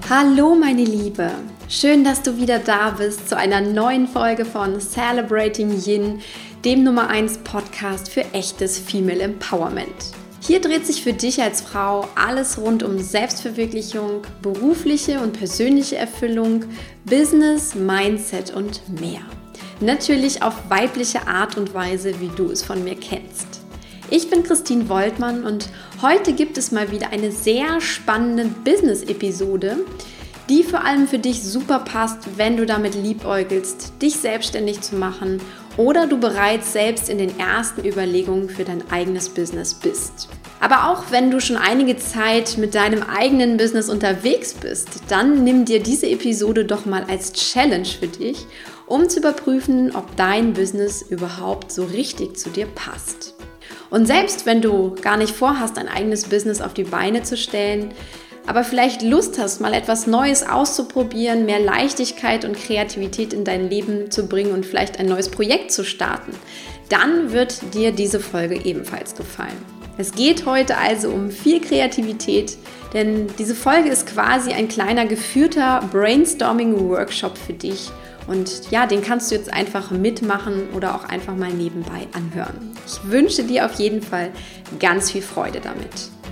Hallo meine Liebe, schön, dass du wieder da bist zu einer neuen Folge von Celebrating Yin, dem Nummer 1 Podcast für echtes Female Empowerment. Hier dreht sich für dich als Frau alles rund um Selbstverwirklichung, berufliche und persönliche Erfüllung, Business, Mindset und mehr. Natürlich auf weibliche Art und Weise, wie du es von mir kennst. Ich bin Christine Woltmann und heute gibt es mal wieder eine sehr spannende Business-Episode, die vor allem für dich super passt, wenn du damit liebäugelst, dich selbstständig zu machen oder du bereits selbst in den ersten Überlegungen für dein eigenes Business bist. Aber auch wenn du schon einige Zeit mit deinem eigenen Business unterwegs bist, dann nimm dir diese Episode doch mal als Challenge für dich, um zu überprüfen, ob dein Business überhaupt so richtig zu dir passt. Und selbst wenn du gar nicht vorhast, ein eigenes Business auf die Beine zu stellen, aber vielleicht Lust hast, mal etwas Neues auszuprobieren, mehr Leichtigkeit und Kreativität in dein Leben zu bringen und vielleicht ein neues Projekt zu starten, dann wird dir diese Folge ebenfalls gefallen. Es geht heute also um viel Kreativität, denn diese Folge ist quasi ein kleiner geführter Brainstorming-Workshop für dich. Und ja, den kannst du jetzt einfach mitmachen oder auch einfach mal nebenbei anhören. Ich wünsche dir auf jeden Fall ganz viel Freude damit.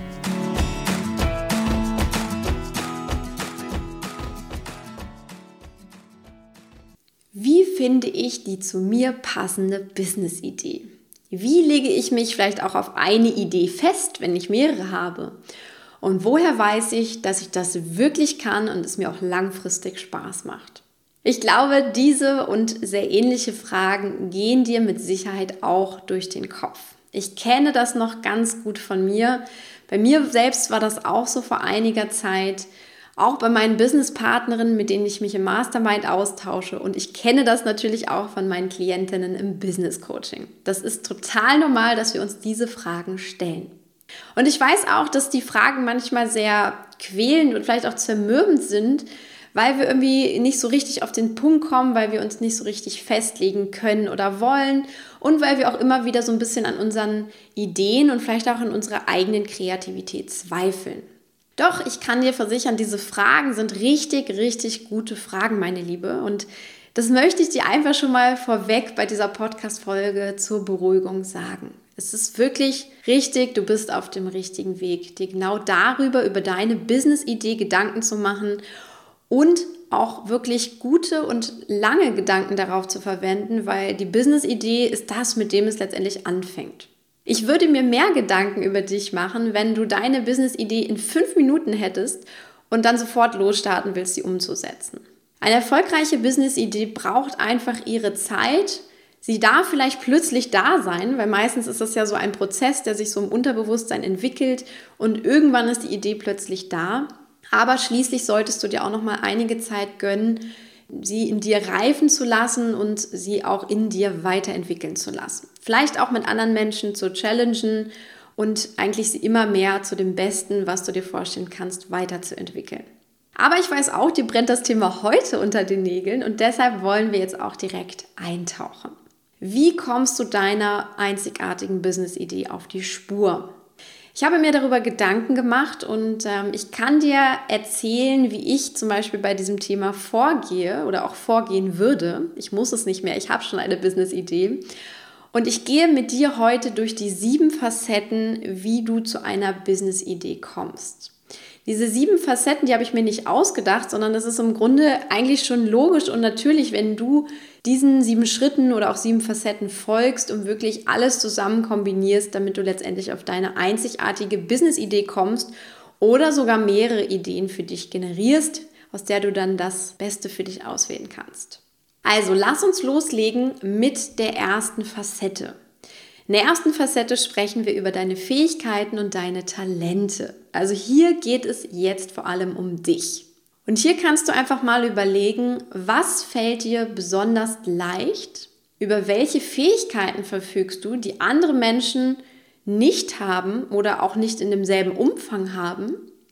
Wie finde ich die zu mir passende Business-Idee? Wie lege ich mich vielleicht auch auf eine Idee fest, wenn ich mehrere habe? Und woher weiß ich, dass ich das wirklich kann und es mir auch langfristig Spaß macht? Ich glaube, diese und sehr ähnliche Fragen gehen dir mit Sicherheit auch durch den Kopf. Ich kenne das noch ganz gut von mir. Bei mir selbst war das auch so vor einiger Zeit, auch bei meinen Businesspartnerinnen, mit denen ich mich im Mastermind austausche. Und ich kenne das natürlich auch von meinen Klientinnen im Business Coaching. Das ist total normal, dass wir uns diese Fragen stellen. Und ich weiß auch, dass die Fragen manchmal sehr quälend und vielleicht auch zermürbend sind, weil wir irgendwie nicht so richtig auf den Punkt kommen, weil wir uns nicht so richtig festlegen können oder wollen und weil wir auch immer wieder so ein bisschen an unseren Ideen und vielleicht auch an unserer eigenen Kreativität zweifeln. Doch, ich kann dir versichern, diese Fragen sind richtig, richtig gute Fragen, meine Liebe. Und das möchte ich dir einfach schon mal vorweg bei dieser Podcast-Folge zur Beruhigung sagen. Es ist wirklich richtig, du bist auf dem richtigen Weg, dir genau darüber, über deine Business-Idee Gedanken zu machen und auch wirklich gute und lange Gedanken darauf zu verwenden, weil die Business-Idee ist das, mit dem es letztendlich anfängt. Ich würde mir mehr Gedanken über dich machen, wenn du deine Business-Idee in 5 Minuten hättest und dann sofort losstarten willst, sie umzusetzen. Eine erfolgreiche Business-Idee braucht einfach ihre Zeit. Sie darf vielleicht plötzlich da sein, weil meistens ist das ja so ein Prozess, der sich so im Unterbewusstsein entwickelt und irgendwann ist die Idee plötzlich da. Aber schließlich solltest du dir auch noch mal einige Zeit gönnen, sie in dir reifen zu lassen und sie auch in dir weiterentwickeln zu lassen. Vielleicht auch mit anderen Menschen zu challengen und eigentlich sie immer mehr zu dem Besten, was du dir vorstellen kannst, weiterzuentwickeln. Aber ich weiß auch, dir brennt das Thema heute unter den Nägeln und deshalb wollen wir jetzt auch direkt eintauchen. Wie kommst du deiner einzigartigen Business-Idee auf die Spur? Ich habe mir darüber Gedanken gemacht und ich kann dir erzählen, wie ich zum Beispiel bei diesem Thema vorgehe oder auch vorgehen würde. Ich muss es nicht mehr, ich habe schon eine Business-Idee. Und ich gehe mit dir heute durch die 7 Facetten, wie du zu einer Business-Idee kommst. Diese 7 Facetten, die habe ich mir nicht ausgedacht, sondern das ist im Grunde eigentlich schon logisch und natürlich, wenn du diesen 7 Schritten oder auch 7 Facetten folgst und wirklich alles zusammen kombinierst, damit du letztendlich auf deine einzigartige Business-Idee kommst oder sogar mehrere Ideen für dich generierst, aus der du dann das Beste für dich auswählen kannst. Also lass uns loslegen mit der ersten Facette. In der ersten Facette sprechen wir über deine Fähigkeiten und deine Talente. Also hier geht es jetzt vor allem um dich. Und hier kannst du einfach mal überlegen, was fällt dir besonders leicht, über welche Fähigkeiten verfügst du, die andere Menschen nicht haben oder auch nicht in demselben Umfang haben.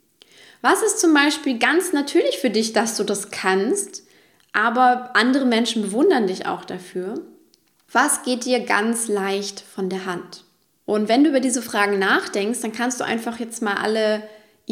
Was ist zum Beispiel ganz natürlich für dich, dass du das kannst, aber andere Menschen bewundern dich auch dafür? Was geht dir ganz leicht von der Hand? Und wenn du über diese Fragen nachdenkst, dann kannst du einfach jetzt mal alle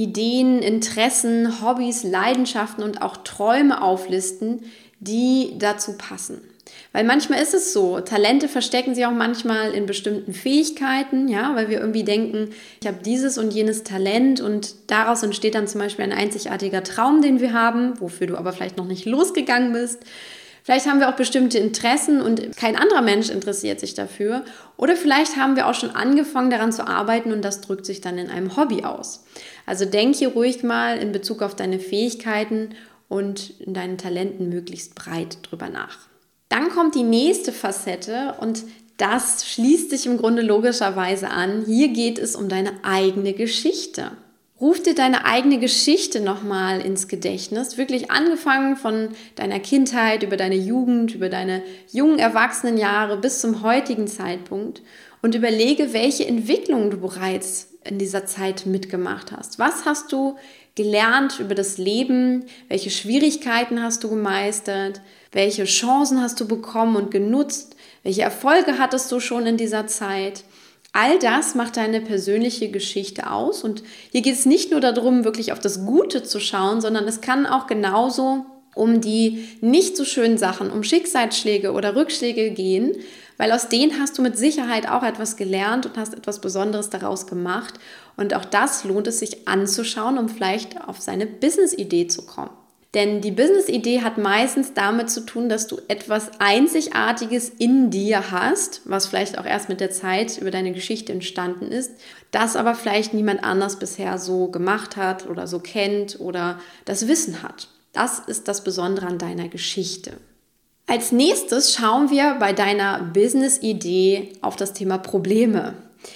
Ideen, Interessen, Hobbys, Leidenschaften und auch Träume auflisten, die dazu passen. Weil manchmal ist es so, Talente verstecken sich auch manchmal in bestimmten Fähigkeiten, ja, weil wir irgendwie denken, ich habe dieses und jenes Talent und daraus entsteht dann zum Beispiel ein einzigartiger Traum, den wir haben, wofür du aber vielleicht noch nicht losgegangen bist. Vielleicht haben wir auch bestimmte Interessen und kein anderer Mensch interessiert sich dafür. Oder vielleicht haben wir auch schon angefangen daran zu arbeiten und das drückt sich dann in einem Hobby aus. Also denk hier ruhig mal in Bezug auf deine Fähigkeiten und in deinen Talenten möglichst breit drüber nach. Dann kommt die nächste Facette und das schließt sich im Grunde logischerweise an. Hier geht es um deine eigene Geschichte. Ruf dir deine eigene Geschichte nochmal ins Gedächtnis, wirklich angefangen von deiner Kindheit, über deine Jugend, über deine jungen Erwachsenenjahre bis zum heutigen Zeitpunkt und überlege, welche Entwicklungen du bereits in dieser Zeit mitgemacht hast. Was hast du gelernt über das Leben? Welche Schwierigkeiten hast du gemeistert? Welche Chancen hast du bekommen und genutzt? Welche Erfolge hattest du schon in dieser Zeit? All das macht deine persönliche Geschichte aus und hier geht es nicht nur darum, wirklich auf das Gute zu schauen, sondern es kann auch genauso um die nicht so schönen Sachen, um Schicksalsschläge oder Rückschläge gehen, weil aus denen hast du mit Sicherheit auch etwas gelernt und hast etwas Besonderes daraus gemacht und auch das lohnt es sich anzuschauen, um vielleicht auf seine Business-Idee zu kommen. Denn die Business-Idee hat meistens damit zu tun, dass du etwas Einzigartiges in dir hast, was vielleicht auch erst mit der Zeit über deine Geschichte entstanden ist, das aber vielleicht niemand anders bisher so gemacht hat oder so kennt oder das Wissen hat. Das ist das Besondere an deiner Geschichte. Als nächstes schauen wir bei deiner Business-Idee auf das Thema Probleme.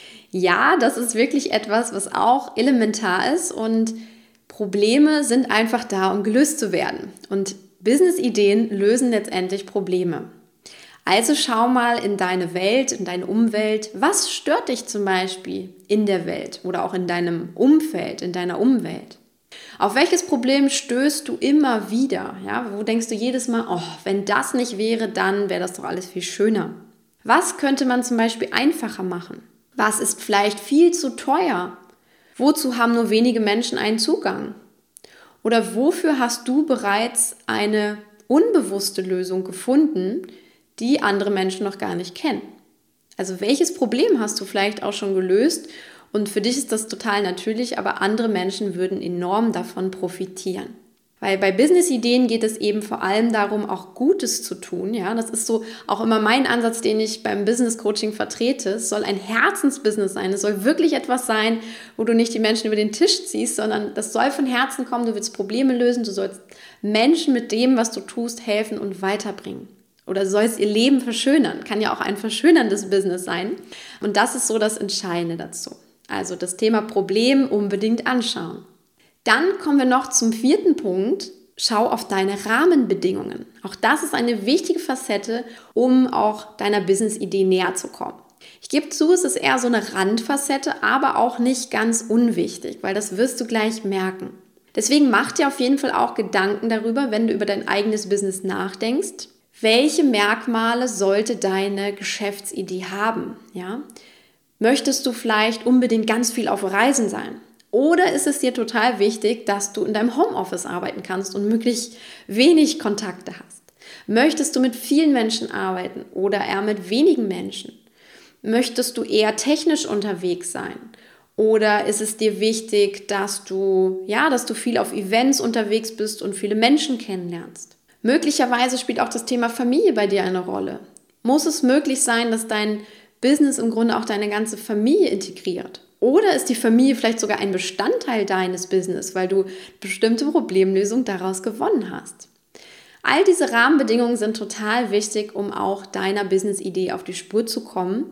Ja, das ist wirklich etwas, was auch elementar ist und Probleme sind einfach da, um gelöst zu werden. Und Business-Ideen lösen letztendlich Probleme. Also schau mal in deine Welt, in deine Umwelt. Was stört dich zum Beispiel in der Welt oder auch in deinem Umfeld, in deiner Umwelt? Auf welches Problem stößt du immer wieder? Ja, wo denkst du jedes Mal, oh, wenn das nicht wäre, dann wäre das doch alles viel schöner. Was könnte man zum Beispiel einfacher machen? Was ist vielleicht viel zu teuer? Wozu haben nur wenige Menschen einen Zugang? Oder wofür hast du bereits eine unbewusste Lösung gefunden, die andere Menschen noch gar nicht kennen? Also welches Problem hast du vielleicht auch schon gelöst und für dich ist das total natürlich, aber andere Menschen würden enorm davon profitieren. Weil bei Business-Ideen geht es eben vor allem darum, auch Gutes zu tun. Ja, das ist so auch immer mein Ansatz, den ich beim Business-Coaching vertrete. Es soll ein Herzensbusiness sein. Es soll wirklich etwas sein, wo du nicht die Menschen über den Tisch ziehst, sondern das soll von Herzen kommen. Du willst Probleme lösen. Du sollst Menschen mit dem, was du tust, helfen und weiterbringen. Oder du sollst ihr Leben verschönern. Kann ja auch ein verschönerndes Business sein. Und das ist so das Entscheidende dazu. Also das Thema Problem unbedingt anschauen. Dann kommen wir noch zum 4. Punkt. Schau auf deine Rahmenbedingungen. Auch das ist eine wichtige Facette, um auch deiner Business-Idee näher zu kommen. Ich gebe zu, es ist eher so eine Randfacette, aber auch nicht ganz unwichtig, weil das wirst du gleich merken. Deswegen mach dir auf jeden Fall auch Gedanken darüber, wenn du über dein eigenes Business nachdenkst. Welche Merkmale sollte deine Geschäftsidee haben? Ja? Möchtest du vielleicht unbedingt ganz viel auf Reisen sein? Oder ist es dir total wichtig, dass du in deinem Homeoffice arbeiten kannst und möglichst wenig Kontakte hast? Möchtest du mit vielen Menschen arbeiten oder eher mit wenigen Menschen? Möchtest du eher technisch unterwegs sein? Oder ist es dir wichtig, dass du viel auf Events unterwegs bist und viele Menschen kennenlernst? Möglicherweise spielt auch das Thema Familie bei dir eine Rolle. Muss es möglich sein, dass dein Business im Grunde auch deine ganze Familie integriert? Oder ist die Familie vielleicht sogar ein Bestandteil deines Business, weil du bestimmte Problemlösungen daraus gewonnen hast? All diese Rahmenbedingungen sind total wichtig, um auch deiner Business-Idee auf die Spur zu kommen,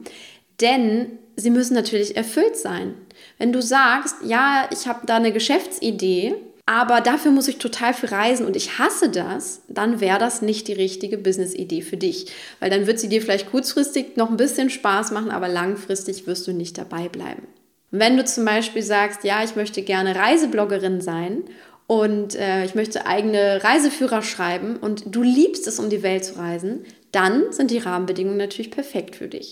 denn sie müssen natürlich erfüllt sein. Wenn du sagst, ja, ich habe da eine Geschäftsidee, aber dafür muss ich total viel reisen und ich hasse das, dann wäre das nicht die richtige Business-Idee für dich, weil dann wird sie dir vielleicht kurzfristig noch ein bisschen Spaß machen, aber langfristig wirst du nicht dabei bleiben. Wenn du zum Beispiel sagst, ja, ich möchte gerne Reisebloggerin sein und ich möchte eigene Reiseführer schreiben und du liebst es, um die Welt zu reisen, dann sind die Rahmenbedingungen natürlich perfekt für dich.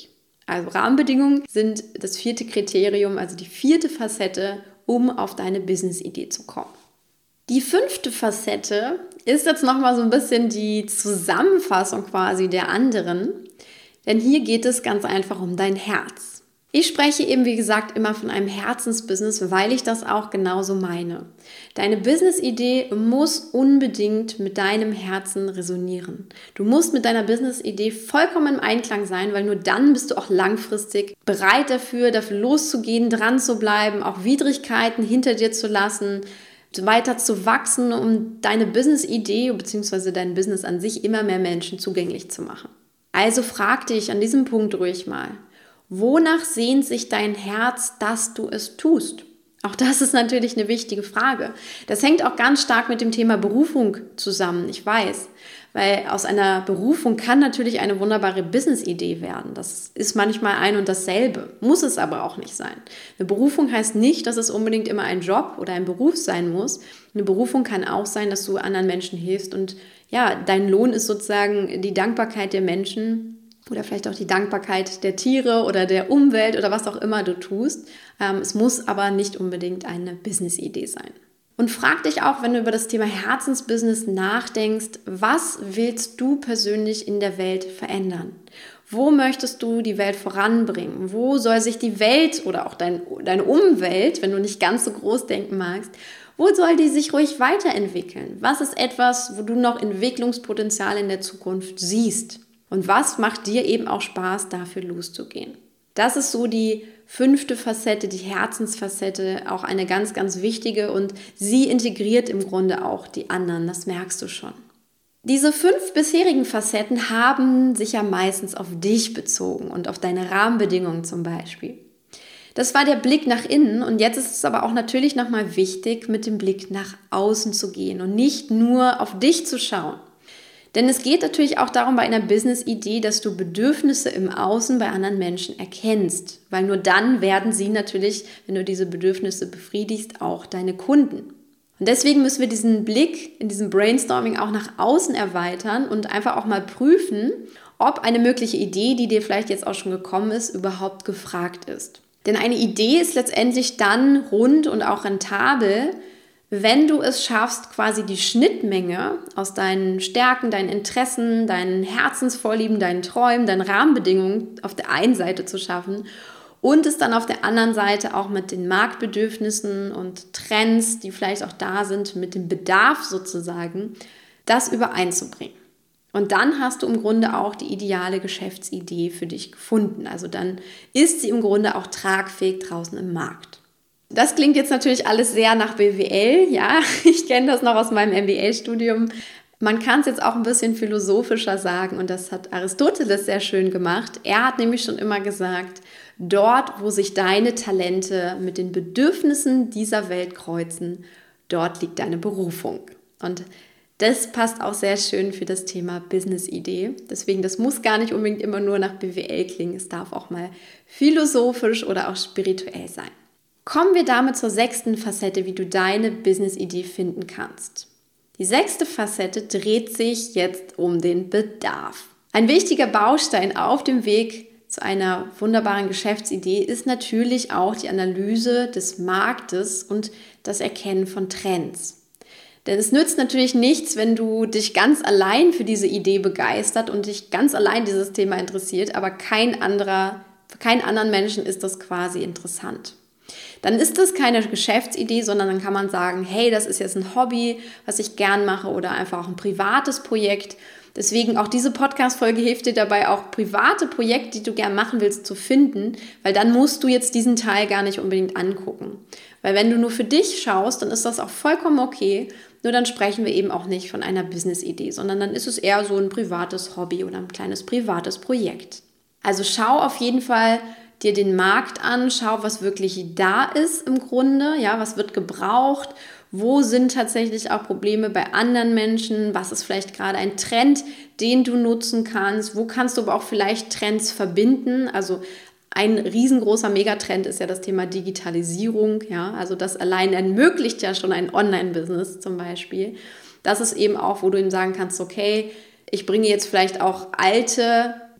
Also Rahmenbedingungen sind das 4. Kriterium, also die 4. Facette, um auf deine Business-Idee zu kommen. Die 5. Facette ist jetzt nochmal so ein bisschen die Zusammenfassung quasi der anderen, denn hier geht es ganz einfach um dein Herz. Ich spreche eben, wie gesagt, immer von einem Herzensbusiness, weil ich das auch genauso meine. Deine Business-Idee muss unbedingt mit deinem Herzen resonieren. Du musst mit deiner Business-Idee vollkommen im Einklang sein, weil nur dann bist du auch langfristig bereit dafür loszugehen, dran zu bleiben, auch Widrigkeiten hinter dir zu lassen, weiter zu wachsen, um deine Business-Idee bzw. dein Business an sich immer mehr Menschen zugänglich zu machen. Also frag dich an diesem Punkt ruhig mal, wonach sehnt sich dein Herz, dass du es tust? Auch das ist natürlich eine wichtige Frage. Das hängt auch ganz stark mit dem Thema Berufung zusammen, ich weiß. Weil aus einer Berufung kann natürlich eine wunderbare Business-Idee werden. Das ist manchmal ein und dasselbe, muss es aber auch nicht sein. Eine Berufung heißt nicht, dass es unbedingt immer ein Job oder ein Beruf sein muss. Eine Berufung kann auch sein, dass du anderen Menschen hilfst und ja, dein Lohn ist sozusagen die Dankbarkeit der Menschen oder vielleicht auch die Dankbarkeit der Tiere oder der Umwelt oder was auch immer du tust. Es muss aber nicht unbedingt eine Business-Idee sein. Und frag dich auch, wenn du über das Thema Herzensbusiness nachdenkst, was willst du persönlich in der Welt verändern? Wo möchtest du die Welt voranbringen? Wo soll sich die Welt oder auch deine Umwelt, wenn du nicht ganz so groß denken magst, wo soll die sich ruhig weiterentwickeln? Was ist etwas, wo du noch Entwicklungspotenzial in der Zukunft siehst? Und was macht dir eben auch Spaß, dafür loszugehen? Das ist so die 5. Facette, die Herzensfacette, auch eine ganz, ganz wichtige und sie integriert im Grunde auch die anderen, das merkst du schon. Diese 5 bisherigen Facetten haben sich ja meistens auf dich bezogen und auf deine Rahmenbedingungen zum Beispiel. Das war der Blick nach innen und jetzt ist es aber auch natürlich nochmal wichtig, mit dem Blick nach außen zu gehen und nicht nur auf dich zu schauen. Denn es geht natürlich auch darum bei einer Business-Idee, dass du Bedürfnisse im Außen bei anderen Menschen erkennst. Weil nur dann werden sie natürlich, wenn du diese Bedürfnisse befriedigst, auch deine Kunden. Und deswegen müssen wir diesen Blick in diesem Brainstorming auch nach außen erweitern und einfach auch mal prüfen, ob eine mögliche Idee, die dir vielleicht jetzt auch schon gekommen ist, überhaupt gefragt ist. Denn eine Idee ist letztendlich dann rund und auch rentabel, wenn du es schaffst, quasi die Schnittmenge aus deinen Stärken, deinen Interessen, deinen Herzensvorlieben, deinen Träumen, deinen Rahmenbedingungen auf der einen Seite zu schaffen und es dann auf der anderen Seite auch mit den Marktbedürfnissen und Trends, die vielleicht auch da sind, mit dem Bedarf sozusagen, das übereinzubringen. Und dann hast du im Grunde auch die ideale Geschäftsidee für dich gefunden. Also dann ist sie im Grunde auch tragfähig draußen im Markt. Das klingt jetzt natürlich alles sehr nach BWL, ja, ich kenne das noch aus meinem MBA-Studium. Man kann es jetzt auch ein bisschen philosophischer sagen und das hat Aristoteles sehr schön gemacht. Er hat nämlich schon immer gesagt, dort, wo sich deine Talente mit den Bedürfnissen dieser Welt kreuzen, dort liegt deine Berufung. Und das passt auch sehr schön für das Thema Business-Idee. Deswegen, das muss gar nicht unbedingt immer nur nach BWL klingen, es darf auch mal philosophisch oder auch spirituell sein. Kommen wir damit zur 6. Facette, wie du deine Business-Idee finden kannst. Die 6. Facette dreht sich jetzt um den Bedarf. Ein wichtiger Baustein auf dem Weg zu einer wunderbaren Geschäftsidee ist natürlich auch die Analyse des Marktes und das Erkennen von Trends. Denn es nützt natürlich nichts, wenn du dich ganz allein für diese Idee begeistert und dich ganz allein dieses Thema interessiert, aber für keinen anderen Menschen ist das quasi interessant. Dann ist das keine Geschäftsidee, sondern dann kann man sagen, hey, das ist jetzt ein Hobby, was ich gern mache oder einfach auch ein privates Projekt. Deswegen auch diese Podcast-Folge hilft dir dabei, auch private Projekte, die du gern machen willst, zu finden, weil dann musst du jetzt diesen Teil gar nicht unbedingt angucken. Weil wenn du nur für dich schaust, dann ist das auch vollkommen okay, nur dann sprechen wir eben auch nicht von einer Business-Idee, sondern dann ist es eher so ein privates Hobby oder ein kleines privates Projekt. Also schau auf jeden Fall dir den Markt an, schau, was wirklich da ist im Grunde, ja, was wird gebraucht, wo sind tatsächlich auch Probleme bei anderen Menschen, was ist vielleicht gerade ein Trend, den du nutzen kannst, wo kannst du aber auch vielleicht Trends verbinden, also ein riesengroßer Megatrend ist ja das Thema Digitalisierung, ja, also das allein ermöglicht ja schon ein Online-Business zum Beispiel. Das ist eben auch, wo du ihm sagen kannst, okay, ich bringe jetzt vielleicht auch alte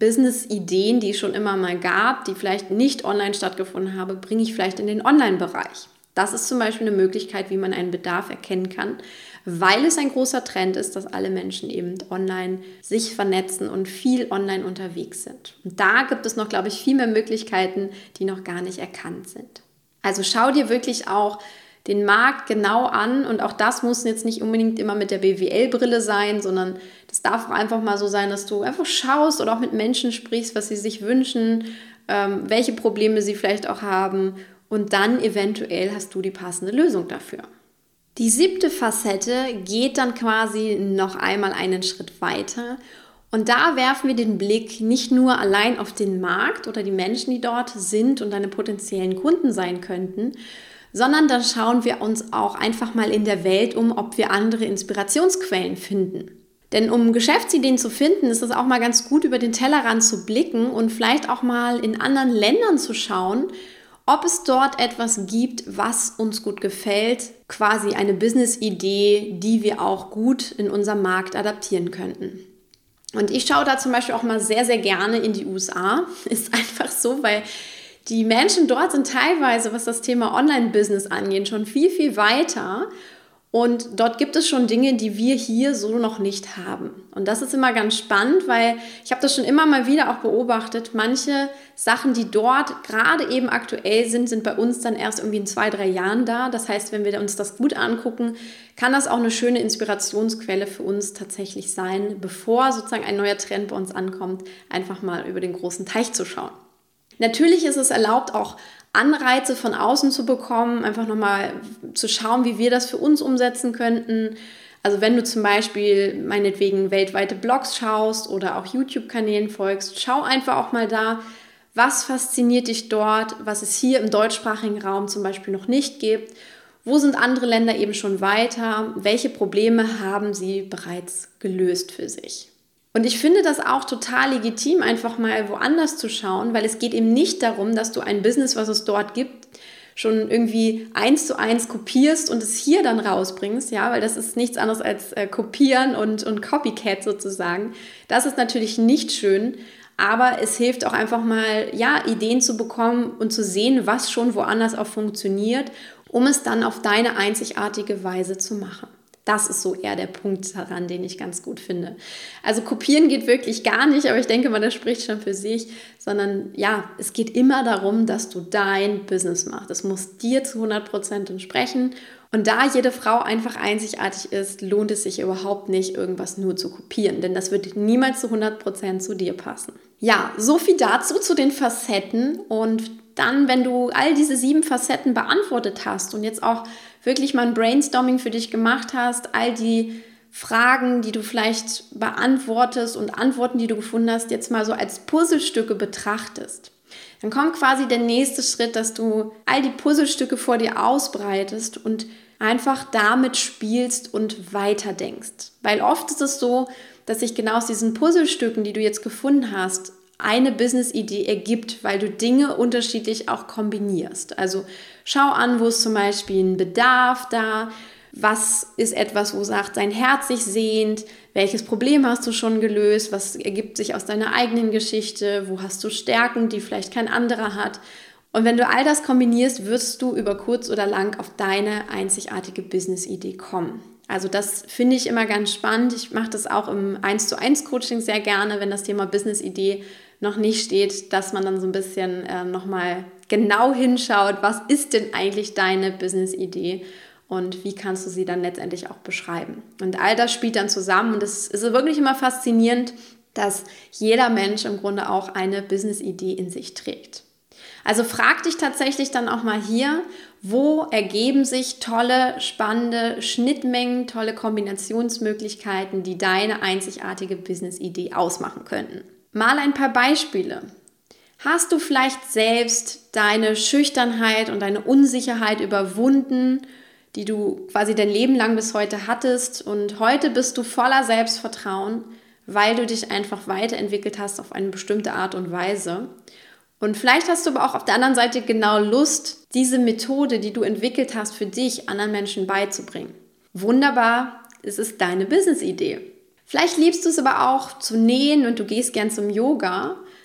Business-Ideen, die es schon immer mal gab, die vielleicht nicht online stattgefunden haben, bringe ich vielleicht in den Online-Bereich. Das ist zum Beispiel eine Möglichkeit, wie man einen Bedarf erkennen kann, weil es ein großer Trend ist, dass alle Menschen eben online sich vernetzen und viel online unterwegs sind. Und da gibt es noch, glaube ich, viel mehr Möglichkeiten, die noch gar nicht erkannt sind. Also schau dir wirklich auch den Markt genau an und auch das muss jetzt nicht unbedingt immer mit der BWL-Brille sein, sondern das darf auch einfach mal so sein, dass du einfach schaust oder auch mit Menschen sprichst, was sie sich wünschen, welche Probleme sie vielleicht auch haben und dann eventuell hast du die passende Lösung dafür. Die 7. Facette geht dann quasi noch einmal einen Schritt weiter und da werfen wir den Blick nicht nur allein auf den Markt oder die Menschen, die dort sind und deine potenziellen Kunden sein könnten, sondern dann schauen wir uns auch einfach mal in der Welt um, ob wir andere Inspirationsquellen finden. Denn um Geschäftsideen zu finden, ist es auch mal ganz gut, über den Tellerrand zu blicken und vielleicht auch mal in anderen Ländern zu schauen, ob es dort etwas gibt, was uns gut gefällt, quasi eine Business-Idee, die wir auch gut in unserem Markt adaptieren könnten. Und ich schaue da zum Beispiel auch mal sehr, sehr gerne in die USA. Ist einfach so, weil die Menschen dort sind teilweise, was das Thema Online-Business angeht, schon viel, viel weiter. Und dort gibt es schon Dinge, die wir hier so noch nicht haben. Und das ist immer ganz spannend, weil ich habe das schon immer mal wieder auch beobachtet. Manche Sachen, die dort gerade eben aktuell sind, sind bei uns dann erst irgendwie in 2-3 Jahren da. Das heißt, wenn wir uns das gut angucken, kann das auch eine schöne Inspirationsquelle für uns tatsächlich sein, bevor sozusagen ein neuer Trend bei uns ankommt, einfach mal über den großen Teich zu schauen. Natürlich ist es erlaubt, auch Anreize von außen zu bekommen, einfach nochmal zu schauen, wie wir das für uns umsetzen könnten. Also wenn du zum Beispiel meinetwegen weltweite Blogs schaust oder auch YouTube-Kanälen folgst, schau einfach auch mal da, was fasziniert dich dort, was es hier im deutschsprachigen Raum zum Beispiel noch nicht gibt. Wo sind andere Länder eben schon weiter? Welche Probleme haben sie bereits gelöst für sich? Und ich finde das auch total legitim, einfach mal woanders zu schauen, weil es geht eben nicht darum, dass du ein Business, was es dort gibt, schon irgendwie 1:1 kopierst und es hier dann rausbringst, ja, weil das ist nichts anderes als Kopieren und Copycat sozusagen. Das ist natürlich nicht schön, aber es hilft auch einfach mal, ja, Ideen zu bekommen und zu sehen, was schon woanders auch funktioniert, um es dann auf deine einzigartige Weise zu machen. Das ist so eher der Punkt daran, den ich ganz gut finde. Also kopieren geht wirklich gar nicht, aber ich denke mal, das spricht schon für sich, sondern ja, es geht immer darum, dass du dein Business machst. Es muss dir zu 100% entsprechen und da jede Frau einfach einzigartig ist, lohnt es sich überhaupt nicht, irgendwas nur zu kopieren, denn das wird niemals zu 100% zu dir passen. Ja, so viel dazu zu den Facetten und dann, wenn du all diese 7 Facetten beantwortet hast und jetzt auch wirklich mal ein Brainstorming für dich gemacht hast, all die Fragen, die du vielleicht beantwortest und Antworten, die du gefunden hast, jetzt mal so als Puzzlestücke betrachtest, dann kommt quasi der nächste Schritt, dass du all die Puzzlestücke vor dir ausbreitest und einfach damit spielst und weiterdenkst. Weil oft ist es so, dass sich genau aus diesen Puzzlestücken, die du jetzt gefunden hast, eine Business-Idee ergibt, weil du Dinge unterschiedlich auch kombinierst. Also schau an, wo ist zum Beispiel ein Bedarf da, was ist etwas, wo sagt, dein Herz sich sehnt, welches Problem hast du schon gelöst, was ergibt sich aus deiner eigenen Geschichte, wo hast du Stärken, die vielleicht kein anderer hat. Und wenn du all das kombinierst, wirst du über kurz oder lang auf deine einzigartige Business-Idee kommen. Also das finde ich immer ganz spannend. Ich mache das auch im 1:1 Coaching sehr gerne, wenn das Thema Business-Idee noch nicht steht, dass man dann so ein bisschen nochmal genau hinschaut, was ist denn eigentlich deine Business-Idee und wie kannst du sie dann letztendlich auch beschreiben. Und all das spielt dann zusammen und es ist wirklich immer faszinierend, dass jeder Mensch im Grunde auch eine Business-Idee in sich trägt. Also frag dich tatsächlich dann auch mal hier, wo ergeben sich tolle, spannende Schnittmengen, tolle Kombinationsmöglichkeiten, die deine einzigartige Business-Idee ausmachen könnten. Mal ein paar Beispiele. Hast du vielleicht selbst deine Schüchternheit und deine Unsicherheit überwunden, die du quasi dein Leben lang bis heute hattest und heute bist du voller Selbstvertrauen, weil du dich einfach weiterentwickelt hast auf eine bestimmte Art und Weise. Und vielleicht hast du aber auch auf der anderen Seite genau Lust, diese Methode, die du entwickelt hast, für dich anderen Menschen beizubringen. Wunderbar, es ist deine Business-Idee. Vielleicht liebst du es aber auch zu nähen und du gehst gern zum Yoga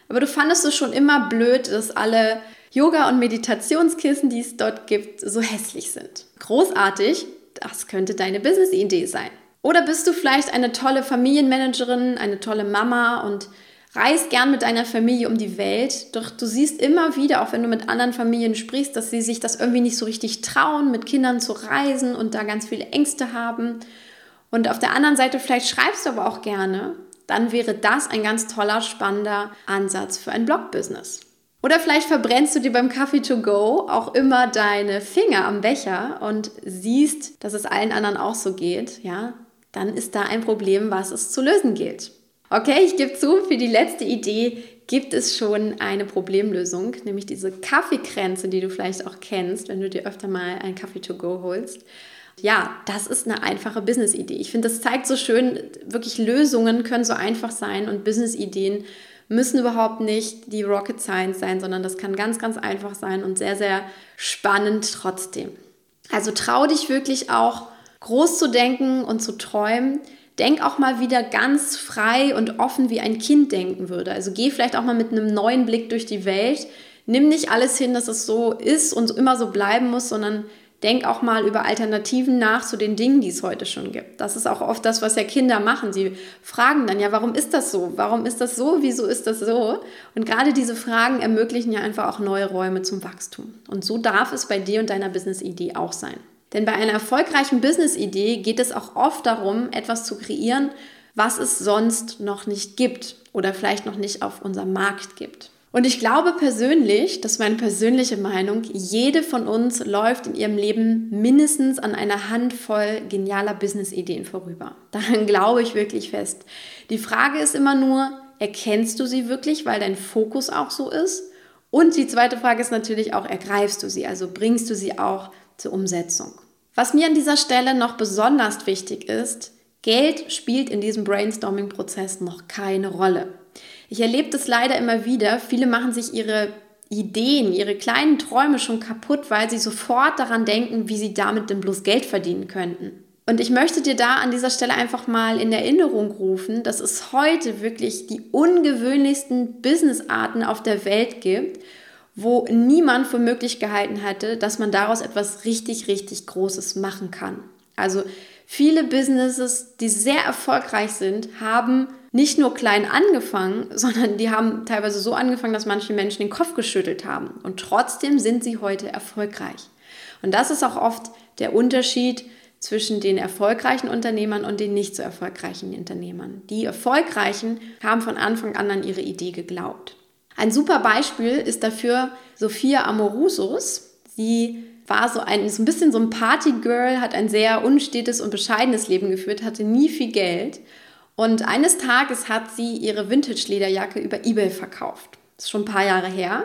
aber du fandest es schon immer blöd, dass alle Yoga- und Meditationskissen, die es dort gibt, so hässlich sind. Großartig, das könnte deine Business-Idee sein. Oder bist du vielleicht eine tolle Familienmanagerin, eine tolle Mama und reist gern mit deiner Familie um die Welt, doch du siehst immer wieder, auch wenn du mit anderen Familien sprichst, dass sie sich das irgendwie nicht so richtig trauen, mit Kindern zu reisen und da ganz viele Ängste haben. Und auf der anderen Seite, vielleicht schreibst du aber auch gerne, dann wäre das ein ganz toller, spannender Ansatz für ein Blog-Business. Oder vielleicht verbrennst du dir beim Coffee to go auch immer deine Finger am Becher und siehst, dass es allen anderen auch so geht, ja, dann ist da ein Problem, was es zu lösen gilt. Okay, ich gebe zu, für die letzte Idee gibt es schon eine Problemlösung, nämlich diese Kaffeekränze, die du vielleicht auch kennst, wenn du dir öfter mal ein Coffee to go holst. Ja, das ist eine einfache Business-Idee. Ich finde, das zeigt so schön, wirklich Lösungen können so einfach sein und Business-Ideen müssen überhaupt nicht die Rocket Science sein, sondern das kann ganz, ganz einfach sein und sehr, sehr spannend trotzdem. Also trau dich wirklich auch groß zu denken und zu träumen. Denk auch mal wieder ganz frei und offen, wie ein Kind denken würde. Also geh vielleicht auch mal mit einem neuen Blick durch die Welt. Nimm nicht alles hin, dass es so ist und immer so bleiben muss, sondern denk auch mal über Alternativen nach zu den Dingen, die es heute schon gibt. Das ist auch oft das, was ja Kinder machen. Sie fragen dann ja, warum ist das so? Warum ist das so? Wieso ist das so? Und gerade diese Fragen ermöglichen ja einfach auch neue Räume zum Wachstum. Und so darf es bei dir und deiner Business-Idee auch sein. Denn bei einer erfolgreichen Business-Idee geht es auch oft darum, etwas zu kreieren, was es sonst noch nicht gibt oder vielleicht noch nicht auf unserem Markt gibt. Und ich glaube persönlich, das ist meine persönliche Meinung, jede von uns läuft in ihrem Leben mindestens an einer Handvoll genialer Business-Ideen vorüber. Daran glaube ich wirklich fest. Die Frage ist immer nur, erkennst du sie wirklich, weil dein Fokus auch so ist? Und die zweite Frage ist natürlich auch, ergreifst du sie, also bringst du sie auch zur Umsetzung. Was mir an dieser Stelle noch besonders wichtig ist, Geld spielt in diesem Brainstorming-Prozess noch keine Rolle. Ich erlebe das leider immer wieder. Viele machen sich ihre Ideen, ihre kleinen Träume schon kaputt, weil sie sofort daran denken, wie sie damit denn bloß Geld verdienen könnten. Und ich möchte dir da an dieser Stelle einfach mal in Erinnerung rufen, dass es heute wirklich die ungewöhnlichsten Businessarten auf der Welt gibt, wo niemand für möglich gehalten hätte, dass man daraus etwas richtig, richtig Großes machen kann. Also viele Businesses, die sehr erfolgreich sind, haben nicht nur klein angefangen, sondern die haben teilweise so angefangen, dass manche Menschen den Kopf geschüttelt haben. Und trotzdem sind sie heute erfolgreich. Und das ist auch oft der Unterschied zwischen den erfolgreichen Unternehmern und den nicht so erfolgreichen Unternehmern. Die Erfolgreichen haben von Anfang an ihre Idee geglaubt. Ein super Beispiel ist dafür Sophia Amorusos. Sie war so ein bisschen so ein Partygirl, hat ein sehr unstetes und bescheidenes Leben geführt, hatte nie viel Geld. Und eines Tages hat sie ihre Vintage-Lederjacke über eBay verkauft. Das ist schon ein paar Jahre her.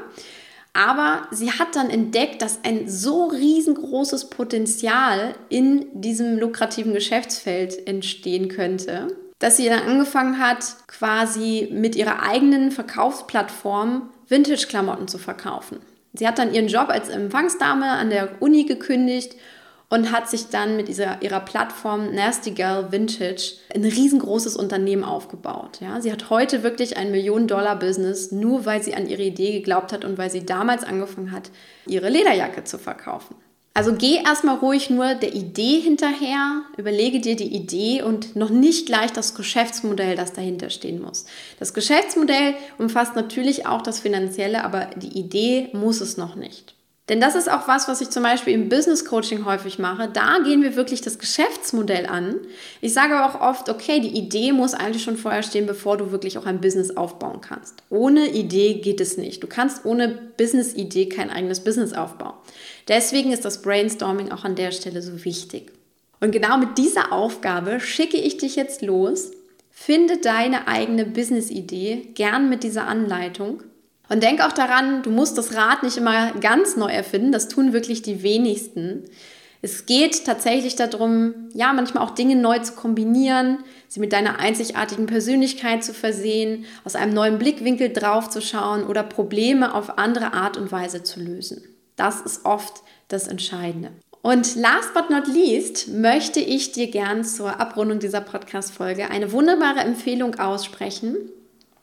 Aber sie hat dann entdeckt, dass ein so riesengroßes Potenzial in diesem lukrativen Geschäftsfeld entstehen könnte, dass sie dann angefangen hat, quasi mit ihrer eigenen Verkaufsplattform Vintage-Klamotten zu verkaufen. Sie hat dann ihren Job als Empfangsdame an der Uni gekündigt und hat sich dann mit ihrer Plattform Nasty Gal Vintage ein riesengroßes Unternehmen aufgebaut. Ja, sie hat heute wirklich ein Millionen-Dollar-Business, nur weil sie an ihre Idee geglaubt hat und weil sie damals angefangen hat, ihre Lederjacke zu verkaufen. Also geh erstmal ruhig nur der Idee hinterher, überlege dir die Idee und noch nicht gleich das Geschäftsmodell, das dahinter stehen muss. Das Geschäftsmodell umfasst natürlich auch das Finanzielle, aber die Idee muss es noch nicht. Denn das ist auch was ich zum Beispiel im Business Coaching häufig mache. Da gehen wir wirklich das Geschäftsmodell an. Ich sage aber auch oft, okay, die Idee muss eigentlich schon vorher stehen, bevor du wirklich auch ein Business aufbauen kannst. Ohne Idee geht es nicht. Du kannst ohne Business-Idee kein eigenes Business aufbauen. Deswegen ist das Brainstorming auch an der Stelle so wichtig. Und genau mit dieser Aufgabe schicke ich dich jetzt los. Finde deine eigene Business-Idee, gern mit dieser Anleitung. Und denk auch daran, du musst das Rad nicht immer ganz neu erfinden, das tun wirklich die wenigsten. Es geht tatsächlich darum, ja, manchmal auch Dinge neu zu kombinieren, sie mit deiner einzigartigen Persönlichkeit zu versehen, aus einem neuen Blickwinkel drauf zu schauen oder Probleme auf andere Art und Weise zu lösen. Das ist oft das Entscheidende. Und last but not least möchte ich dir gern zur Abrundung dieser Podcast-Folge eine wunderbare Empfehlung aussprechen.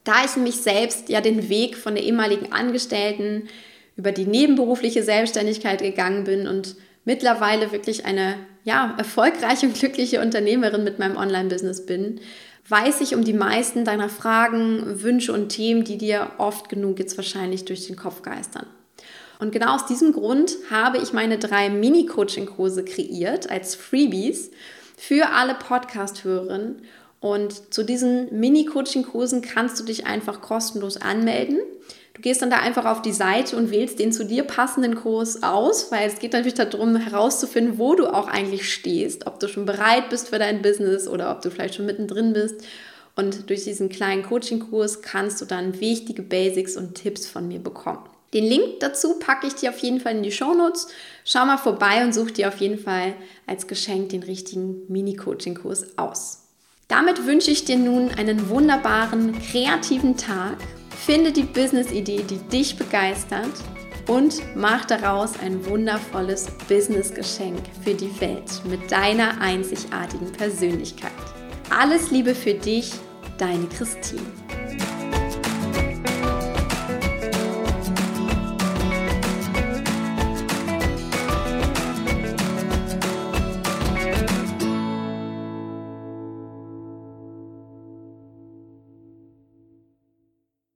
Da ich mich selbst ja den Weg von der ehemaligen Angestellten über die nebenberufliche Selbstständigkeit gegangen bin und mittlerweile wirklich eine erfolgreiche und glückliche Unternehmerin mit meinem Online-Business bin, weiß ich um die meisten deiner Fragen, Wünsche und Themen, die dir oft genug jetzt wahrscheinlich durch den Kopf geistern. Und genau aus diesem Grund habe ich meine 3 Mini-Coaching-Kurse kreiert als Freebies für alle Podcast-Hörerinnen. Und zu diesen Mini-Coaching-Kursen kannst du dich einfach kostenlos anmelden. Du gehst dann da einfach auf die Seite und wählst den zu dir passenden Kurs aus, weil es geht natürlich darum, herauszufinden, wo du auch eigentlich stehst, ob du schon bereit bist für dein Business oder ob du vielleicht schon mittendrin bist. Und durch diesen kleinen Coaching-Kurs kannst du dann wichtige Basics und Tipps von mir bekommen. Den Link dazu packe ich dir auf jeden Fall in die Shownotes. Schau mal vorbei und such dir auf jeden Fall als Geschenk den richtigen Mini-Coaching-Kurs aus. Damit wünsche ich dir nun einen wunderbaren, kreativen Tag. Finde die Business-Idee, die dich begeistert und mach daraus ein wundervolles Business-Geschenk für die Welt mit deiner einzigartigen Persönlichkeit. Alles Liebe für dich, deine Christine.